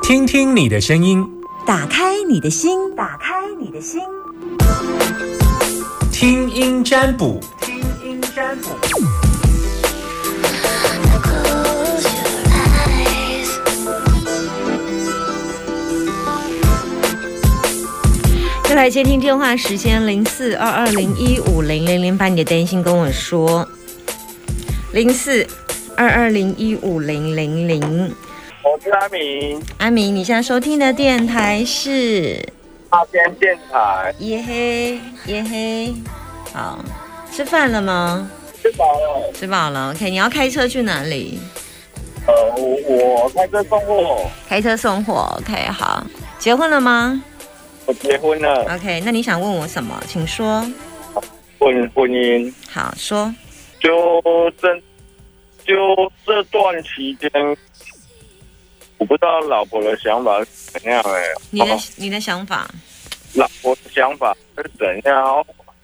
听听你的声音， 打开你的心，打开你的心， 听音占卜， 听音占卜。 再来接听电话时间0422015000，把你的担心跟我说。0422015000。 我是阿明， 阿明，你现在收听的电台是阿边电台。 耶嘿耶嘿，好，吃饭了吗？ 吃饱了。 吃饱了 ，OK。你要开车去哪里？ 我开车送货。 开车送货 ，OK。好，结婚了吗？ 我结婚了。 OK， 那你想问我什么？请说。 婚姻。 好，说。 就这段期间，我不知道老婆的想法是怎样你的想法？ 老婆的想法是怎样？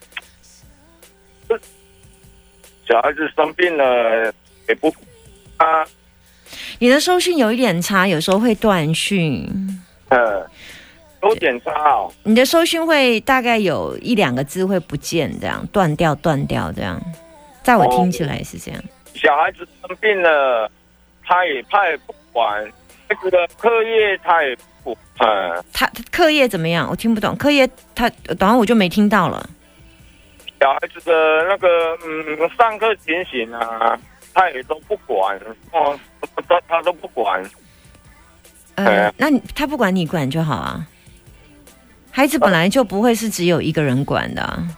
小孩子生病了也不啊。 你的收讯有一点差，有时候会断讯。 有点差哦。 你的收讯会大概有1-2个字会不见，这样断掉这样。在我听起来是这样。 小孩子生病了，他也不管，孩子的课业他也不管。 他课业怎么样？我听不懂。课业他等下我就没听到了。 小孩子的那个上课情形啊，他也都不管哦，他都不管。 那他不管你管就好啊。孩子本来就不会是只有一个人管的啊。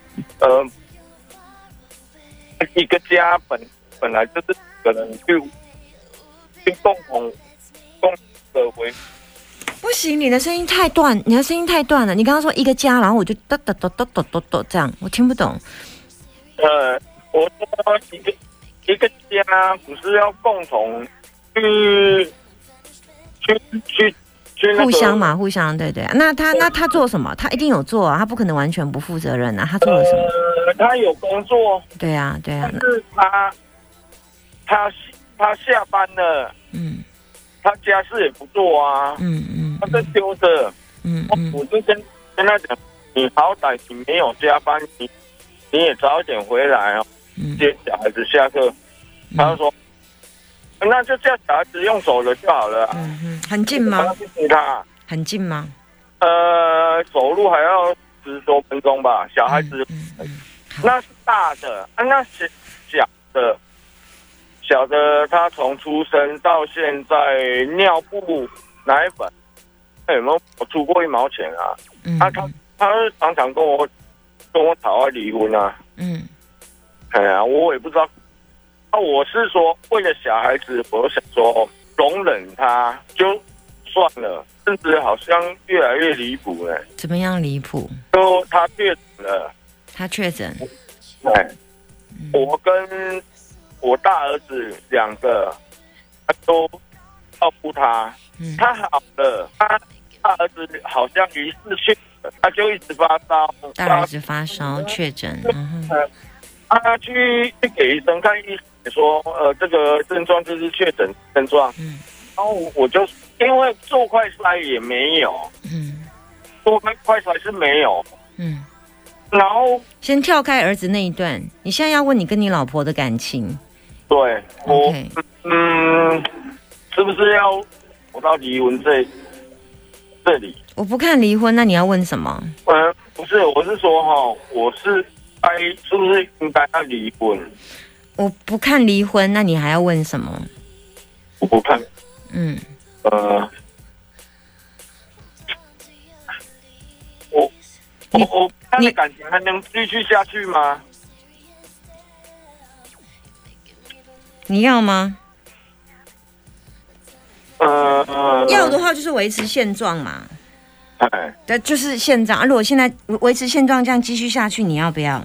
一个家本来就是可能去共的为。 不行，你的声音太断了。你刚刚说一个家，然后我就哆这样，我听不懂。 我说一个家不是要共同去互相嘛，互相对。那他做什么？他一定有做啊，他不可能完全不负责任啊。他做了什么？ 他有工作。对啊。但是他下班了，他家事也不做啊，他在丢着，我就跟他讲，你好歹你没有加班，你也早一点回来哦，接小孩子下课。他就说，那就叫小孩子用走了就好了啊。 很近吗？ 他很近吗？ 走路还要10多分钟吧。小孩子，那是大的，那小的，他从出生到现在，尿布、奶粉，他有没有出过1毛钱啊？他常常跟我讨要离婚啊。我也不知道。我是说，为了小孩子，我想说容忍他就算了，甚至好像越来越离谱了。 怎么样离谱？ 就他确诊了。 他确诊。 我跟我大儿子2个，他都照顾他。他好了，他大儿子好像疑似确诊，他就一直发烧。 大儿子发烧确诊。 他去给医生看，医生说这个症状就是确诊症状。然后我就因为做快筛也没有，做快筛是没有。然后先跳开儿子那一段，你现在要问你跟你老婆的感情。 对，我 Okay. 是不是要我到离婚这里？ 我不看离婚，那你要问什么？ 不是，我是说我是不是应该要离婚？ 我不看离婚，那你还要问什么？ 我不看。我他的感情还能继续下去吗？ 你要吗？要的话就是维持现状嘛。对，就是现状。如果现在维持现状这样继续下去，你要不要？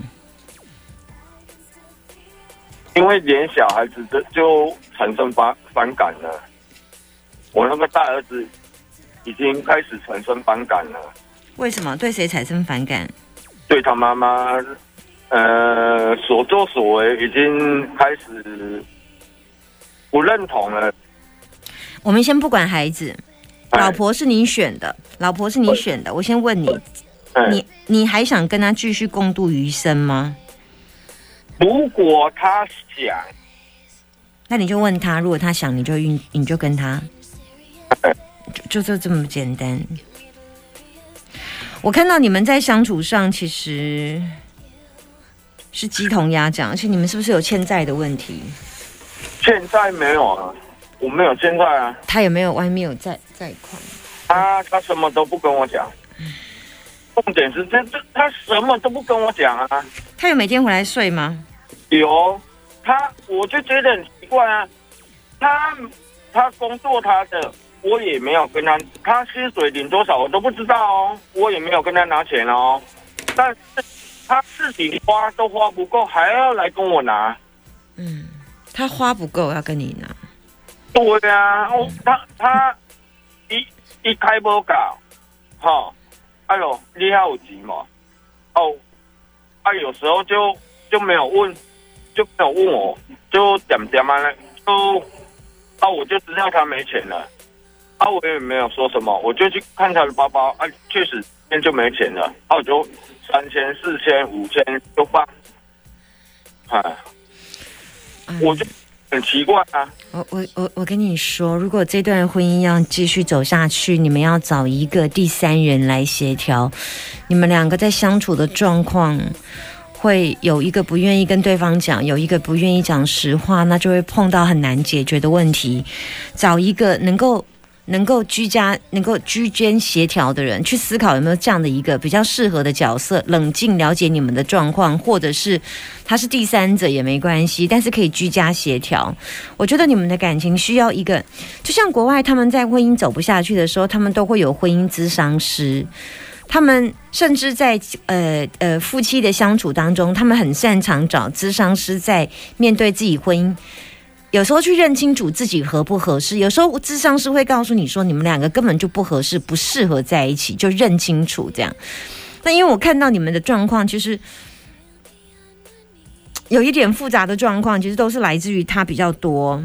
因为连小孩子就产生反感了。我那个大儿子已经开始产生反感了。 为什么？对谁产生反感？ 对他妈妈，所作所为已经开始不认同了。 我们先不管孩子， 老婆是你选的，我先问你，你还想跟他继续共度余生吗？ 如果他想， 那你就问他；如果他想，你就跟他，就这么简单。我看到你们在相处上其实是鸡同鸭讲，而且你们是不是有欠债的问题？ 现在没有啊，我没有欠债啊。 他有没有外面有债款？ 他什么都不跟我讲。重点是他什么都不跟我讲啊。 他有每天回来睡吗？ 有，我就觉得很奇怪啊。他工作他的，我也没有跟他薪水领多少我都不知道哦，我也没有跟他拿钱哦。但是他自己花都花不够，还要来跟我拿。 他花不够要跟你拿。 对啊，他一开播搞，哎呦，你还有钱嘛？有时候就没有问，我，就点啊，我就知道他没钱了，我也没有说什么，我就去看他的包包，确实今天就没钱了，我就3000、4000、5000就放，我就很奇怪啊。 我跟你说，如果这段婚姻要继续走下去，你们要找一个第三人来协调，你们两个在相处的状况。会有一个不愿意跟对方讲，有一个不愿意讲实话，那就会碰到很难解决的问题。找一个能够居间协调的人，去思考有没有这样的一个比较适合的角色，冷静了解你们的状况，或者是他是第三者也没关系，但是可以居家协调。我觉得你们的感情需要一个，就像国外他们在婚姻走不下去的时候，他们都会有婚姻咨商师。他们甚至在夫妻的相处当中，他们很擅长找咨商师，在面对自己婚姻，有时候去认清楚自己合不合适。有时候咨商师会告诉你说，你们两个根本就不合适，不适合在一起，就认清楚这样。那因为我看到你们的状况，其实有一点复杂的状况，其实都是来自于他比较多，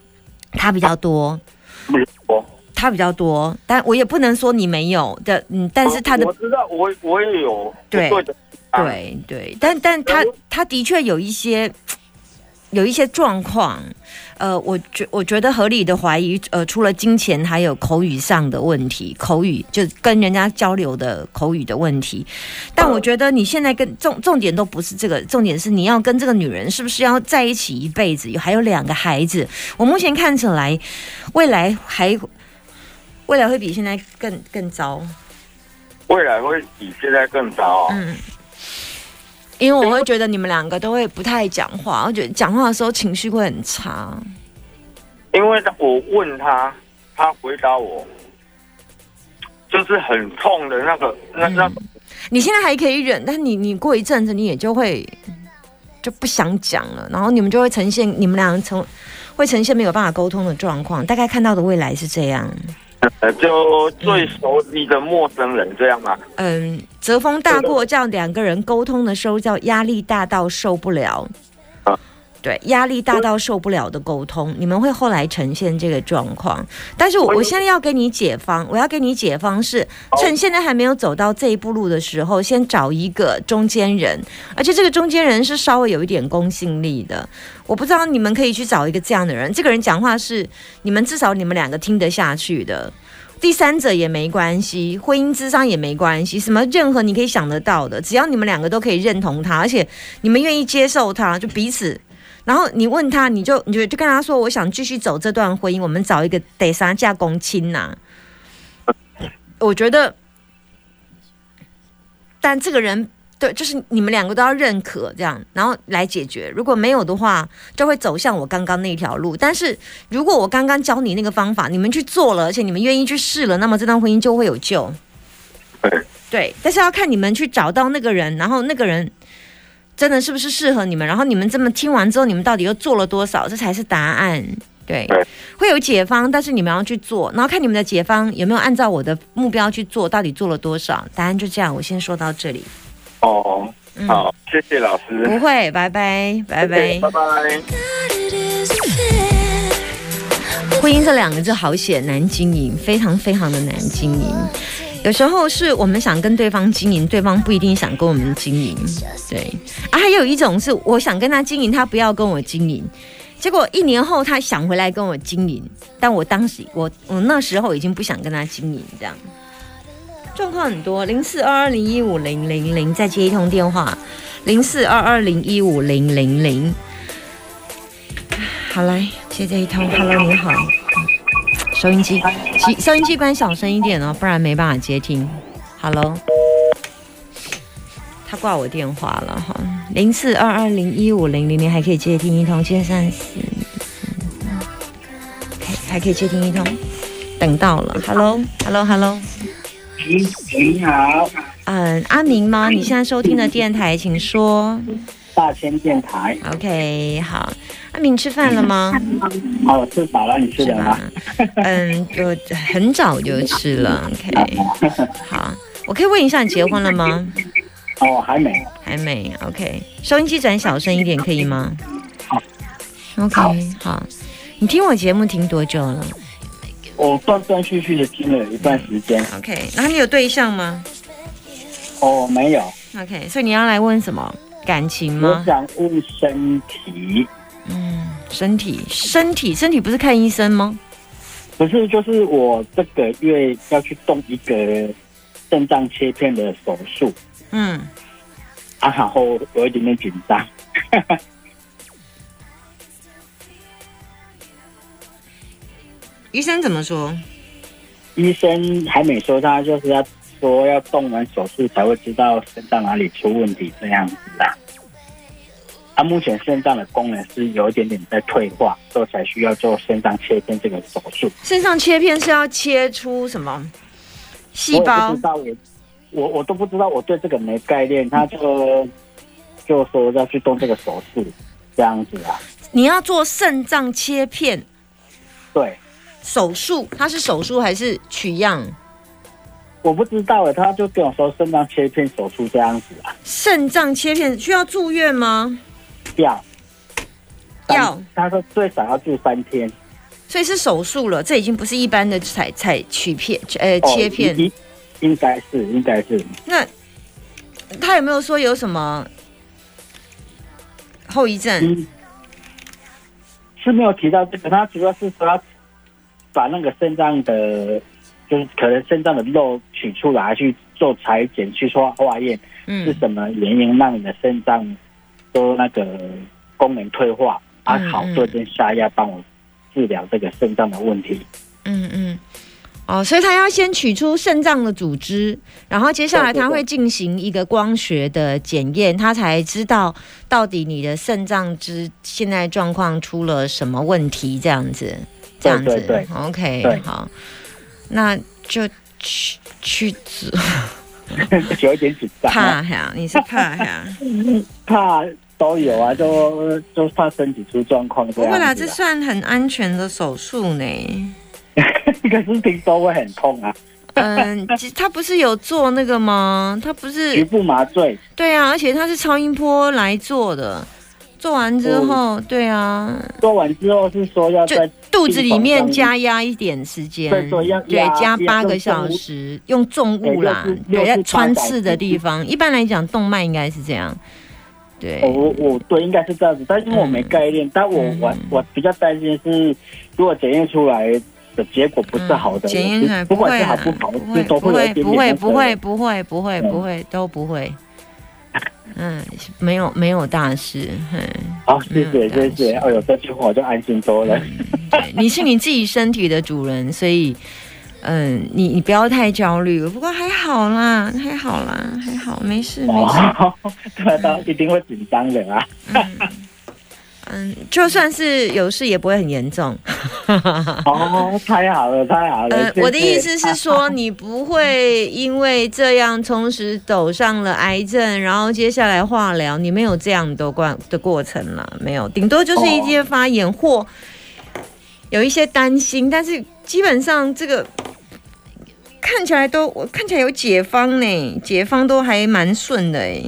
他比较多，但我也不能说你没有的，但是他的我知道，我也有对，但他的确有一些状况，我觉得合理的怀疑，除了金钱，还有口语上的问题，口语就跟人家交流的口语的问题。但我觉得你现在重点都不是这个，重点是你要跟这个女人是不是要在一起一辈子，还有2个孩子。我目前看起来，未来会比现在更糟。 未来会比现在更糟。 因为我会觉得你们2个都会不太讲话，我觉得讲话的时候情绪会很差。 因为我问他，他回答我，就是很痛的那个那。 你现在还可以忍，但你过一阵子你也就不想讲了，然后你们就会呈现你们俩会呈现没有办法沟通的状况。大概看到的未来是这样。 就最熟悉的陌生人这样吗？ 遮风大过，这样2个人沟通的时候叫压力大到受不了。对，压力大到受不了的沟通，你们会后来呈现这个状况。但是我现在要给你解方，是趁现在还没有走到这一步路的时候，先找一个中间人，而且这个中间人是稍微有一点公信力的。我不知道你们可以去找一个这样的人，这个人讲话是至少你们2个听得下去的。第三者也没关系，婚姻諮商也没关系，什么任何你可以想得到的，只要你们2个都可以认同他，而且你们愿意接受他，就彼此。然后你问他，你就跟他说，我想继续走这段婚姻，我们找一个第三者公亲呐。我觉得，但这个人对，就是你们2个都要认可这样，然后来解决。如果没有的话，就会走向我刚刚那条路。但是如果我刚刚教你那个方法，你们去做了，而且你们愿意去试了，那么这段婚姻就会有救。对，但是要看你们去找到那个人，然后那个人真的是不是适合你们？然后你们这么听完之后，你们到底又做了多少？这才是答案。对，会有解方，但是你们要去做，然后看你们的解方有没有按照我的目标去做，到底做了多少？答案就这样，我先说到这里。 好，谢谢老师。 不会，拜拜，拜拜， 拜拜。 婚姻这2个字好险难经营，非常非常的难经营。有时候是我们想跟对方经营，对方不一定想跟我们经营。对啊，还有一种是我想跟他经营，他不要跟我经营，结果1年后他想回来跟我经营，但我当时我那时候已经不想跟他经营，这样状况很多。0422015000再接一通电话，0422015000。好，来接这一通。Hello， 你好。收音机关小声一点哦，不然没办法接听。Hello， 他挂我电话了哈。0422015000还可以接听一通，接34，还可以接听一通，等到了。Hello， 你好。 阿明吗？你现在收听的电台，请说。 大千电台。 OK， 好。阿明吃饭了吗？ 哦，吃饱了，你吃了吗？ 我很早就吃了。OK， 好，我可以问一下，你结婚了吗？ 哦，还没。 OK， 收音机转小声一点，可以吗？ 好。 OK， 好。你听我节目听多久了？ 我断断续续的听了一段时间。 OK， 然后你有对象吗？ 哦，没有。 OK， 所以你要来问什么？感情吗？ 我想问身体。 身体不是看医生吗？ 不是，就是我这个月要去动一个肾脏切片的手术。然后有一点点紧张。 医生怎么说？ 医生还没说，他就是要说要动完手术才会知道肾脏哪里出问题这样子啦。目前肾脏的功能是有一点点在退化，所以才需要做肾脏切片这个手术。 肾脏切片是要切出什么细胞？ 我不知道，我都不知道，我对这个没概念。他就说要去动这个手术，这样子啊。 你要做肾脏切片？ 对， 手术，它是手术还是取样？ 我不知道他就跟我说肾脏切片手术这样子啊。肾脏切片需要住院吗？ 要，他说最少要住3天， 所以是手术了，这已经不是一般的取片，切片， 应该是。 那他有没有说有什么后遗症？ 是没有提到这个，他主要是说要把那个肾脏的，就是可能肾脏的肉取出来去做裁剪，去做化验，是什么原因让你的肾脏都那个功能退化，好做点下药帮我治疗这个肾脏的问题。 所以他要先取出肾脏的组织，然后接下来他会进行一个光学的检验，他才知道到底你的肾脏现在状况出了什么问题，这样子。 对 OK， 好，那就去有一点紧张。 怕呀，你是怕呀？ 怕都有啊，就怕身体出状况这样子。不会啦， 这算很安全的手术呢。 可是听说会很痛啊。 他不是有做那个吗？他不是局部麻醉。 对啊，而且他是超音波来做的。做完之后，对啊， 做完之后是说要在肚子里面加压一点时间，对，加8个小时，用重物啦，对，在穿刺的地方。一般来讲，动脉应该是这样。对， 我对应该是这样子，但是我没概念。但我比较担心是，如果检验出来的结果不是好的， 检验出来不管是好不好，都会有一点点不会都不会。没有大事。 好，谢谢。有这句话我就安心多了。 你是你自己身体的主人，所以你不要太焦虑。不过还好啦，没事。 他一定会紧张的啊。 就算是有事也不会很严重。 太好了。 我的意思是说，你不会因为这样同时走上了癌症，然后接下来化疗，你没有这样的过程了，没有，顶多就是一些发炎或有一些担心，但是基本上这个看起来有解方呢，解方都还蛮顺的哎。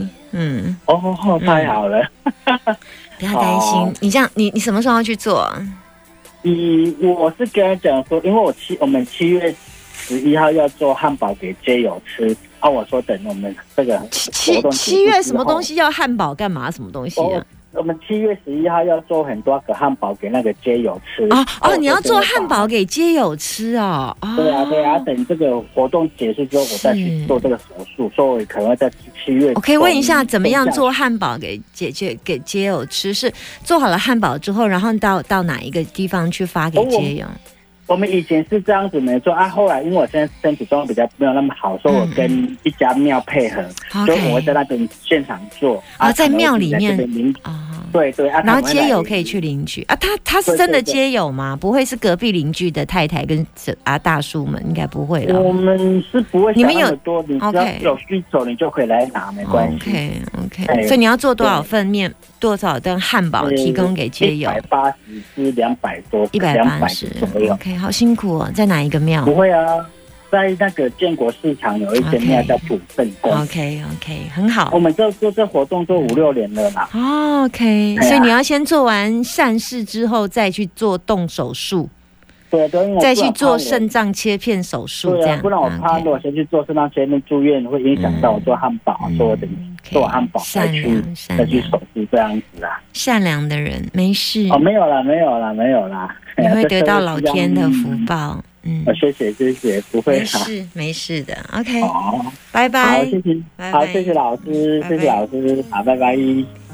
太好了。 不要担心，你这样，你什么时候要去做？ 我是跟他讲说，因为我们7月11号要做汉堡给街友吃，我说等我们这个活动 7月什么东西要汉堡干嘛？什么东西啊？ 我们7月11号要做很多个汉堡给那个街友吃你要做汉堡给街友吃哦？ 对啊，等这个活动结束之后，我再去做这个手术，所以可能会在7月。 我可以问一下，怎么样做汉堡给街友吃？是做好了汉堡之后，然后到哪一个地方去发给街友？ 我们以前是这样子没错后来因为我现在身体状况比较没有那么好，所以我跟一家庙配合，所以我会在那边现场做在庙里面对然后街友可以去领取他是真的街友吗？不会是隔壁邻居的太太跟大叔们？应该不会了。 我们是不会想那么多，你只要有需求你就可以来拿，没关系。 OK， 所以你要做多少份面？多少顿汉堡提供给街友 ？180至200多，180左右。 OK， 好辛苦哦，在哪一个庙？ 不会啊，在那个建国市场有一间庙叫普圣宫。 OK， 很好。 我们做这活动做5-6年了啦。 OK， 所以你要先做完善事之后，再去做动手术。 对， 再去做肾脏切片手术，这样。 不然我怕，如果先去做肾脏切片住院，会影响到我做汉堡，所以我等做完汉堡再去手术这样子啦。 善良的人没事。 没有啦。 你会得到老天的福报。 谢谢，不会没事的。OK， 拜拜。 好，谢谢老师，好，拜拜。